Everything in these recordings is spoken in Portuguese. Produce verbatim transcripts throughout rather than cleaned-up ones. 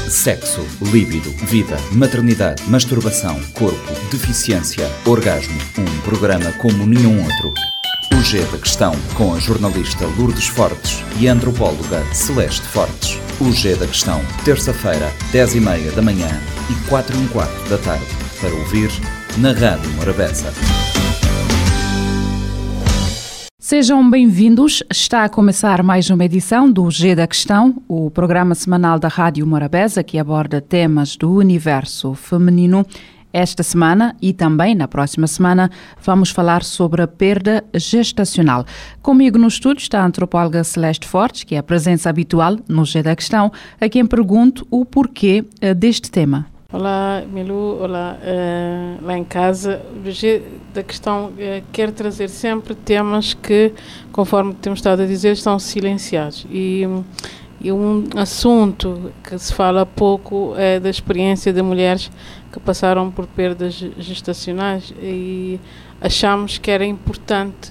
Sexo, líbido, vida, maternidade, masturbação, corpo, deficiência, orgasmo. Um programa como nenhum outro. O G da Questão, com a jornalista Lourdes Fortes e a antropóloga Celeste Fortes. O G da Questão, terça-feira, dez e meia da manhã e quatro e um quarto da tarde. Para ouvir na Rádio Morabeza. Sejam bem-vindos. Está a começar mais uma edição do G da Questão, o programa semanal da Rádio Morabeza que aborda temas do universo feminino. Esta semana e também na próxima semana vamos falar sobre a perda gestacional. Comigo no estúdio está a antropóloga Celeste Fortes, que é a presença habitual no G da Questão, a quem pergunto o porquê uh, deste tema. Olá, Milu, olá, uh, lá em casa. O G da Questão uh, quer trazer sempre temas que, conforme temos estado a dizer, estão silenciados. E, e um assunto que se fala pouco é da experiência de mulheres que passaram por perdas gestacionais e achamos que era importante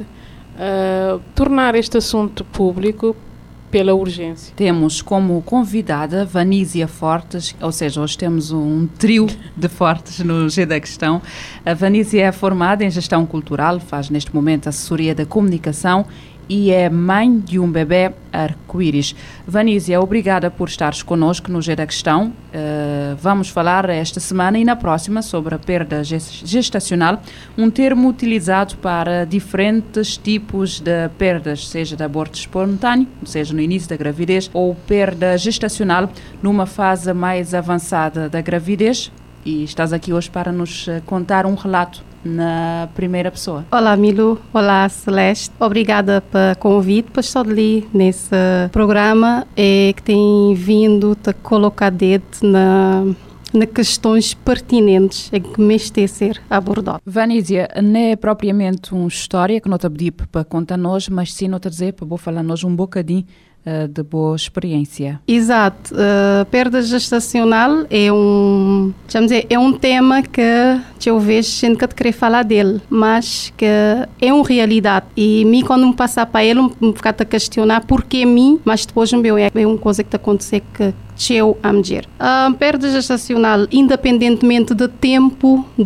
uh, tornar este assunto público pela urgência. Temos como convidada Vanísia Fortes, ou seja, hoje temos um trio de Fortes no G da Questão. A Vanísia é formada em Gestão Cultural, faz neste momento assessoria da comunicação e é mãe de um bebê arco-íris. Vanísia, obrigada por estares connosco no G da Questão. Uh, vamos falar esta semana e na próxima sobre a perda gestacional, um termo utilizado para diferentes tipos de perdas, seja de aborto espontâneo, seja no início da gravidez, ou perda gestacional numa fase mais avançada da gravidez. E estás aqui hoje para nos contar um relato na primeira pessoa. Olá, Milu. Olá, Celeste. Obrigada pelo convite para estar ali nesse programa e que tem vindo a colocar dedo na, na questões pertinentes em que me está a ser abordado. Vanísia, não é propriamente uma história que não te pedi para contar-nos, mas sim não te dizer para vou falar-nos um bocadinho Uh, de boa experiência. Exato. Uh, perda gestacional é um, vamos dizer, é um tema que eu vejo gente que querer falar dele, mas que é uma realidade. E mim, quando me passar para ele, me ficar a questionar porquê mim, mas depois me é uma coisa que está acontecendo que eu a mulher. A perda gestacional, independentemente do tempo de,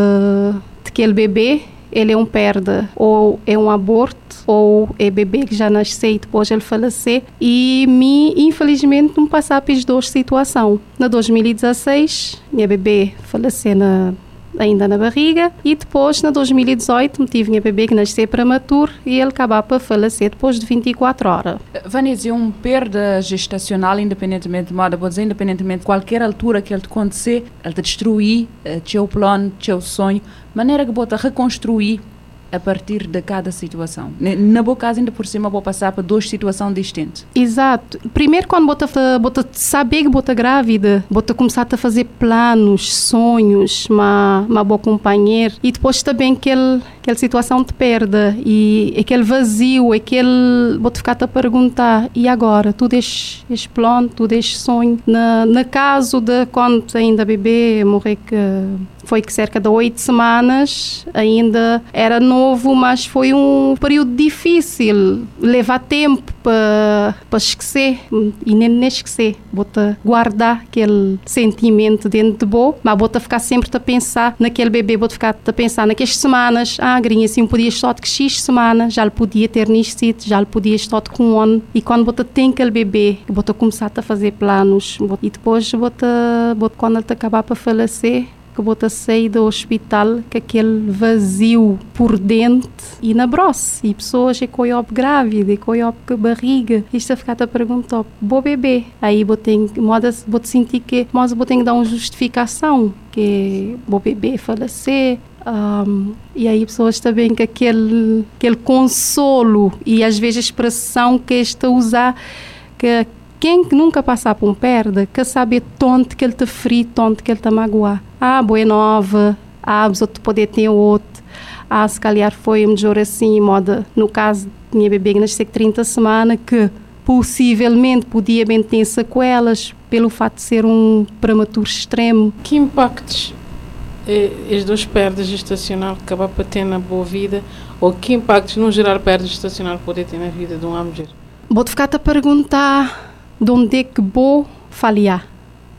de aquele bebê, ele é um perda, ou é um aborto, ou é bebê que já nasceu e depois ele falecer. E me, infelizmente, não passar pelas duas situações. Na dois mil e dezasseis, minha bebê faleceu na, ainda na barriga, e depois, na dois mil e dezoito, tive minha bebê que nasceu prematuro e ele acabava para falecer depois de vinte e quatro horas. Vanísia, uma perda gestacional, independentemente de moda, vou dizer, independentemente de qualquer altura que ele te acontecer, ele te destruir, uh, teu plano, teu sonho, maneira que bota reconstruir a partir de cada situação. Na boa casa, ainda por cima, vou passar para duas situações distintas. Exato. Primeiro, quando bota, bota saber que bota grávida, bota começar a fazer planos, sonhos, uma, uma boa companheira, e depois também aquele, aquela situação de perda, e aquele vazio, aquele, bota ficar a perguntar, e agora? Tu deixes este plano, tu deixes sonho. Na, na caso de quando ainda bebê morrer, que foi que cerca de oito semanas, ainda era novo, mas foi um período difícil, leva tempo para para esquecer, e nem, nem esquecer, bota guardar aquele sentimento dentro de bo, mas bota ficar sempre a pensar naquele bebê, bota ficar a pensar naquelas semanas, ah, grinha, assim, podia estar de X semanas, já lhe podia ter nascido, já lhe podia estar com um ano, e quando bota tem aquele bebê, bota começar a fazer planos, bota, e depois bota, bota quando ele acabar para falecer, que bota sair do hospital com aquele vazio por dentro e na brosse, e pessoas que coiam grávida, e coiam com barriga, e está a ficar a perguntar, bo bebê, aí bota bota sentir que mas bota que dar uma justificação que bo bebê falecer. Um, e aí pessoas também com aquele, aquele consolo e às vezes a expressão que está a usar, que quem nunca passar por um perda, quer saber tanto que ele te feriu, tanto que ele te magoar. Ah, boa nova, ah, os outros poder ter outro, ah, se calhar foi melhor assim, moda, no caso da minha bebê que nasceu com trinta semanas, que possivelmente podia bem ter sequelas pelo fato de ser um prematuro extremo. Que impactos eh, as duas perdas gestacionais acabar para ter na boa vida, ou que impactos no geral perda gestacional poder ter na vida de uma mulher? Vou-te ficar a perguntar de onde é que vou falhar.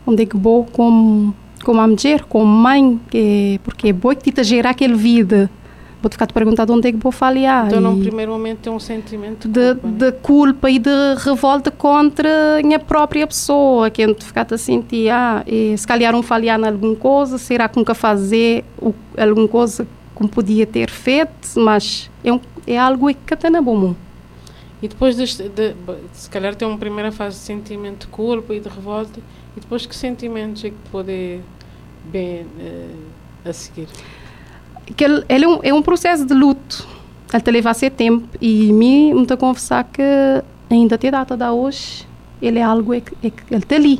onde é que vou como, como a mulher, como mãe, que, porque é bom que te gerar aquela vida. Vou ficar te perguntar onde é que vou falhar. Então, e num primeiro momento, tem um sentimento de, de culpa, né? de culpa e de revolta contra a minha própria pessoa, que eu ficar a sentir, ah, e, se calhar um falhar em alguma coisa, será que nunca fazer o, alguma coisa que podia ter feito, mas é, um, é algo que está na bom. E depois, de, de, se calhar, tem uma primeira fase de sentimento de culpa e de revolta, e depois que sentimentos é que pode bem uh, a seguir? Que ele, ele é, um, é um processo de luto. Ele te leva a ser tempo. E me me está a conversar que ainda até a data da hoje, ele é algo é, é, ele está ali.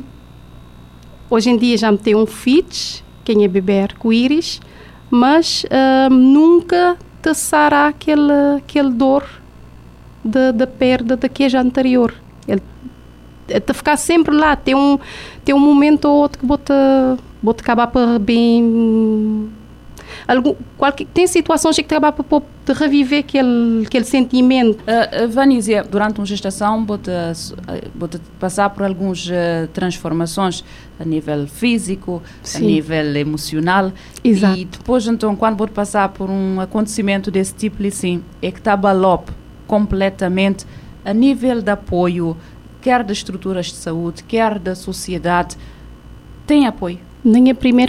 Hoje em dia já me tem um filho, quem é bebê arco-íris, mas uh, nunca te sará aquele, aquele dor da, da perda da queijo anterior. Ele está a ficar sempre lá. Tem um, tem um momento ou outro que vou-te vou-te acabar para bem... Algum, qualquer, tem situações que acaba por de reviver aquele, aquele sentimento. Uh, uh, Vanísia, durante uma gestação, vou-te uh, passar por algumas uh, transformações a nível físico, Sim. a nível emocional. Exato. E depois, então, quando vou passar por um acontecimento desse tipo, assim, é que está balope completamente a nível de apoio, quer das estruturas de saúde, quer da sociedade. Tem apoio? Nem a primeira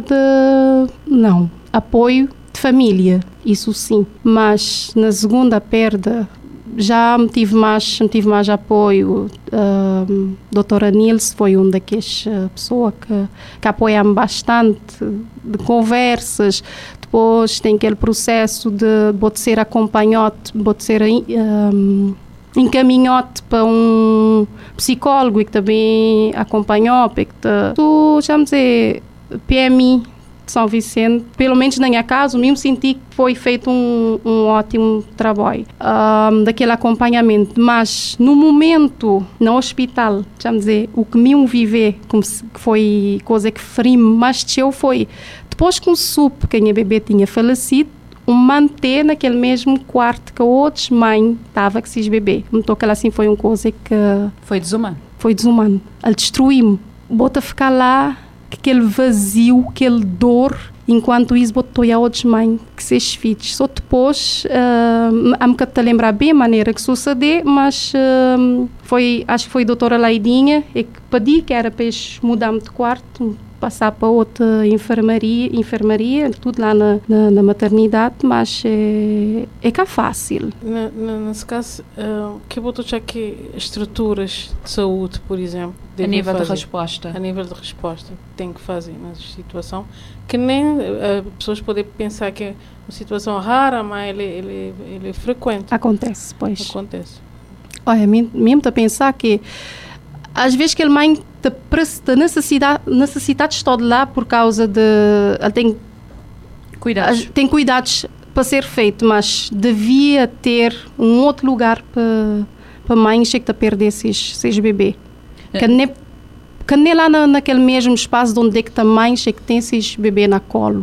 perda, não. Apoio de família, isso sim. Mas na segunda perda já me tive mais, me tive mais apoio. Uh, doutora Nilce foi uma daquelas uh, pessoas que, que apoia-me bastante, de conversas. Depois tem aquele processo de pode ser acompanhado, pode ser um, encaminhado para um psicólogo que também acompanhou, que tu, já me dizer, P M I de São Vicente, pelo menos na minha casa, mesmo senti que foi feito um, um ótimo trabalho um, daquele acompanhamento, mas no momento, no hospital, já me dizer, o que me viver, como se, que foi coisa que feri-me mais de eu foi, depois que soube que a minha bebê tinha falecido, um manter naquele mesmo quarto que a outra mãe estava com esses bebê. Então, aquela assim foi uma coisa que... Foi desumano? Foi desumano. Ele destruiu-me. Bota ficar lá, aquele vazio, aquele dor, enquanto isso botou a outra mãe que seus filhos. Só depois, uh, a me te lembrar bem a maneira que sucedeu, mas uh, foi, acho que foi a doutora Laidinha e que pedi que era para eles mudar-me de quarto, passar para outra enfermaria, enfermaria tudo lá na, na, na maternidade, mas é, é cá fácil. Na, na, nesse caso, uh, que botou já que estruturas de saúde, por exemplo, a nível fazer, de resposta. A nível de resposta, tem que fazer nessa situação, que nem uh, pessoas podem pensar que é uma situação rara, mas ele, ele, ele é frequente. Acontece, pois. Acontece. Olha, mesmo a pensar que às vezes que a mãe te presta necessidade, necessidade de estar lá por causa de... Ela tem cuidados. Tem cuidados para ser feito, mas devia ter um outro lugar para, para mães que perder esses, esses bebês. É. Que nem, que nem lá na, naquele mesmo espaço onde é que também que tem esses bebês na colo.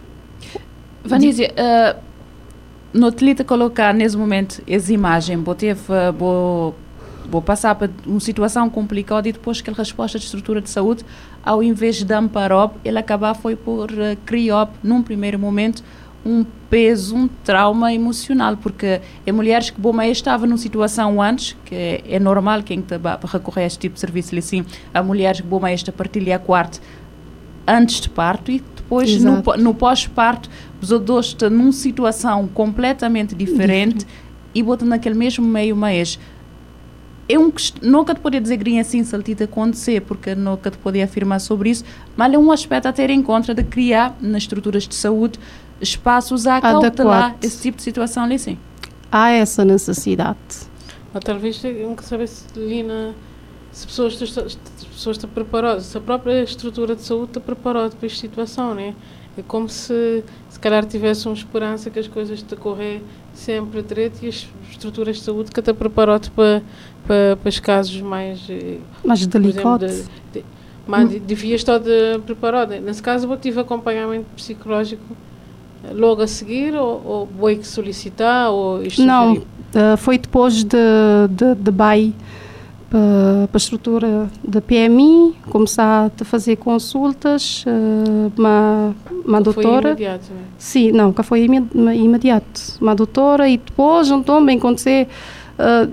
Vanísia, uh, não te lhe colocar nesse momento essa imagem, vou ter... Vou vou passar para uma situação complicada e depois aquela resposta de estrutura de saúde, ao invés de amparar, ele acabar foi por uh, criar, num primeiro momento, um peso, um trauma emocional, porque é mulheres que, bom, mas estava numa situação antes, que é, é normal quem está para recorrer a este tipo de serviço, assim, há mulheres que, bom, mas esta partilha a quarto antes de parto e depois no, no pós-parto, os dois estão numa situação completamente diferente e botam naquele mesmo meio, mas é um, nunca te podia dizer que assim se te acontecer, porque nunca te podia afirmar sobre isso, mas é um aspecto a ter em conta de criar nas estruturas de saúde espaços a cautelar esse tipo de situação ali, sim. Há essa necessidade. Ou talvez nunca saber se Lina, se pessoas se pessoas estão preparadas, se a própria estrutura de saúde está preparada para esta situação, né? É como se se calhar tivesse uma esperança que as coisas te correr sempre direito e as estruturas de saúde que estão preparadas para Para, para os casos mais... mais delicados. De, de, mas hum. devia estar de, preparada. Nesse caso, eu tive acompanhamento psicológico logo a seguir ou, ou vou solicitar? Ou Não, uh, foi depois de, de, de B A I para a estrutura da P M I, começar a fazer consultas, uh, uma, uma doutora. Foi imediato, né? Sim, não, que foi imedi imediato. Uma doutora e depois, então, bem acontecer, uh,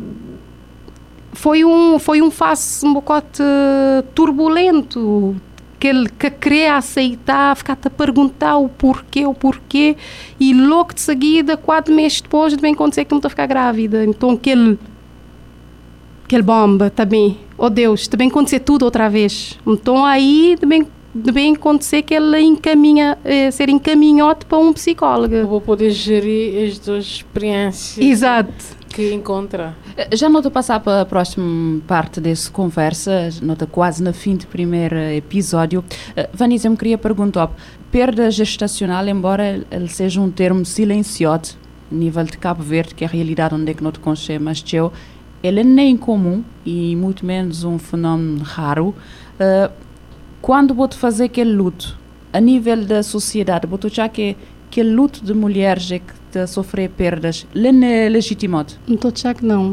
foi um, foi um fase um bocado turbulento, que ele que queria aceitar, ficar-te a perguntar o porquê, o porquê, e logo de seguida, quatro meses depois, bem acontecer que não está a ficar grávida. Então, aquele aquele bomba também, oh Deus, também acontecer tudo outra vez. Então aí também deve acontecer que ele encaminha, eh, ser encaminhado para um psicólogo. Eu vou poder gerir as duas experiências. Exato. Que encontrar. Já não estou a passar para a próxima parte dessa conversa, não estou quase no fim do primeiro episódio. Uh, Vanessa, eu me queria perguntar, perda gestacional, embora ele seja um termo silencioso, a nível de Cabo Verde, que é a realidade onde é que não te conhece, mas eu, ele é nem comum e muito menos um fenómeno raro. Uh, quando vou-te fazer aquele luto, a nível da sociedade, vou-te achar que aquele luto de mulheres é que te sofrer perdas, ele não é legitimado? Não estou a achar que não,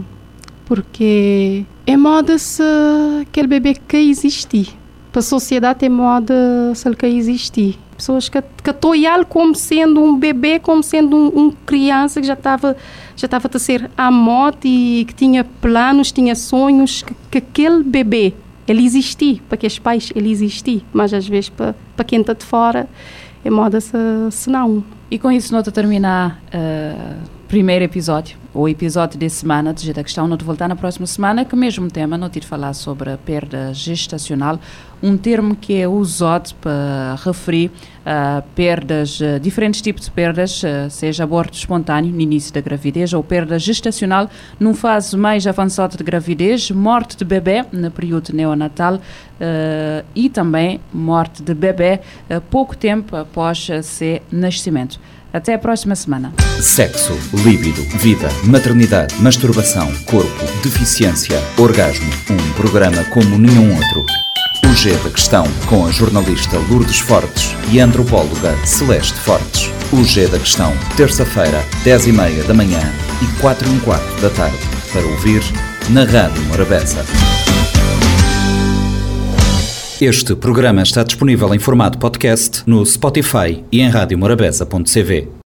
porque é moda se aquele bebê que existir. Para a sociedade é moda se ele que existir. Pessoas que estão a como sendo um bebê, como sendo um, um criança que já estava já estava a ser à morte e que tinha planos, tinha sonhos, que, que aquele bebê, ele existia, para que os pais, ele existia, mas às vezes para, para quem está de fora, é moda se, se não. E com isso, nós terminar o uh, primeiro episódio, o episódio da semana, de jeito que estão, nós voltar na próxima semana, que o mesmo tema, nós temos falar sobre a perda gestacional, um termo que é usado para referir a uh, perdas, uh, diferentes tipos de perdas, uh, seja aborto espontâneo no início da gravidez ou perda gestacional num fase mais avançada de gravidez, morte de bebê no período neonatal uh, e também morte de bebê uh, pouco tempo após uh, seu nascimento. Até a próxima semana. Sexo, líbido, vida, maternidade, masturbação, corpo, deficiência, orgasmo. Um programa como nenhum outro. O G da Questão, com a jornalista Lourdes Fortes e a antropóloga Celeste Fortes. O G da Questão, terça-feira, dez e meia da manhã e quatro e um quarto da tarde. Para ouvir na Rádio Morabeza. Este programa está disponível em formato podcast no Spotify e em rádio morabeza ponto c v.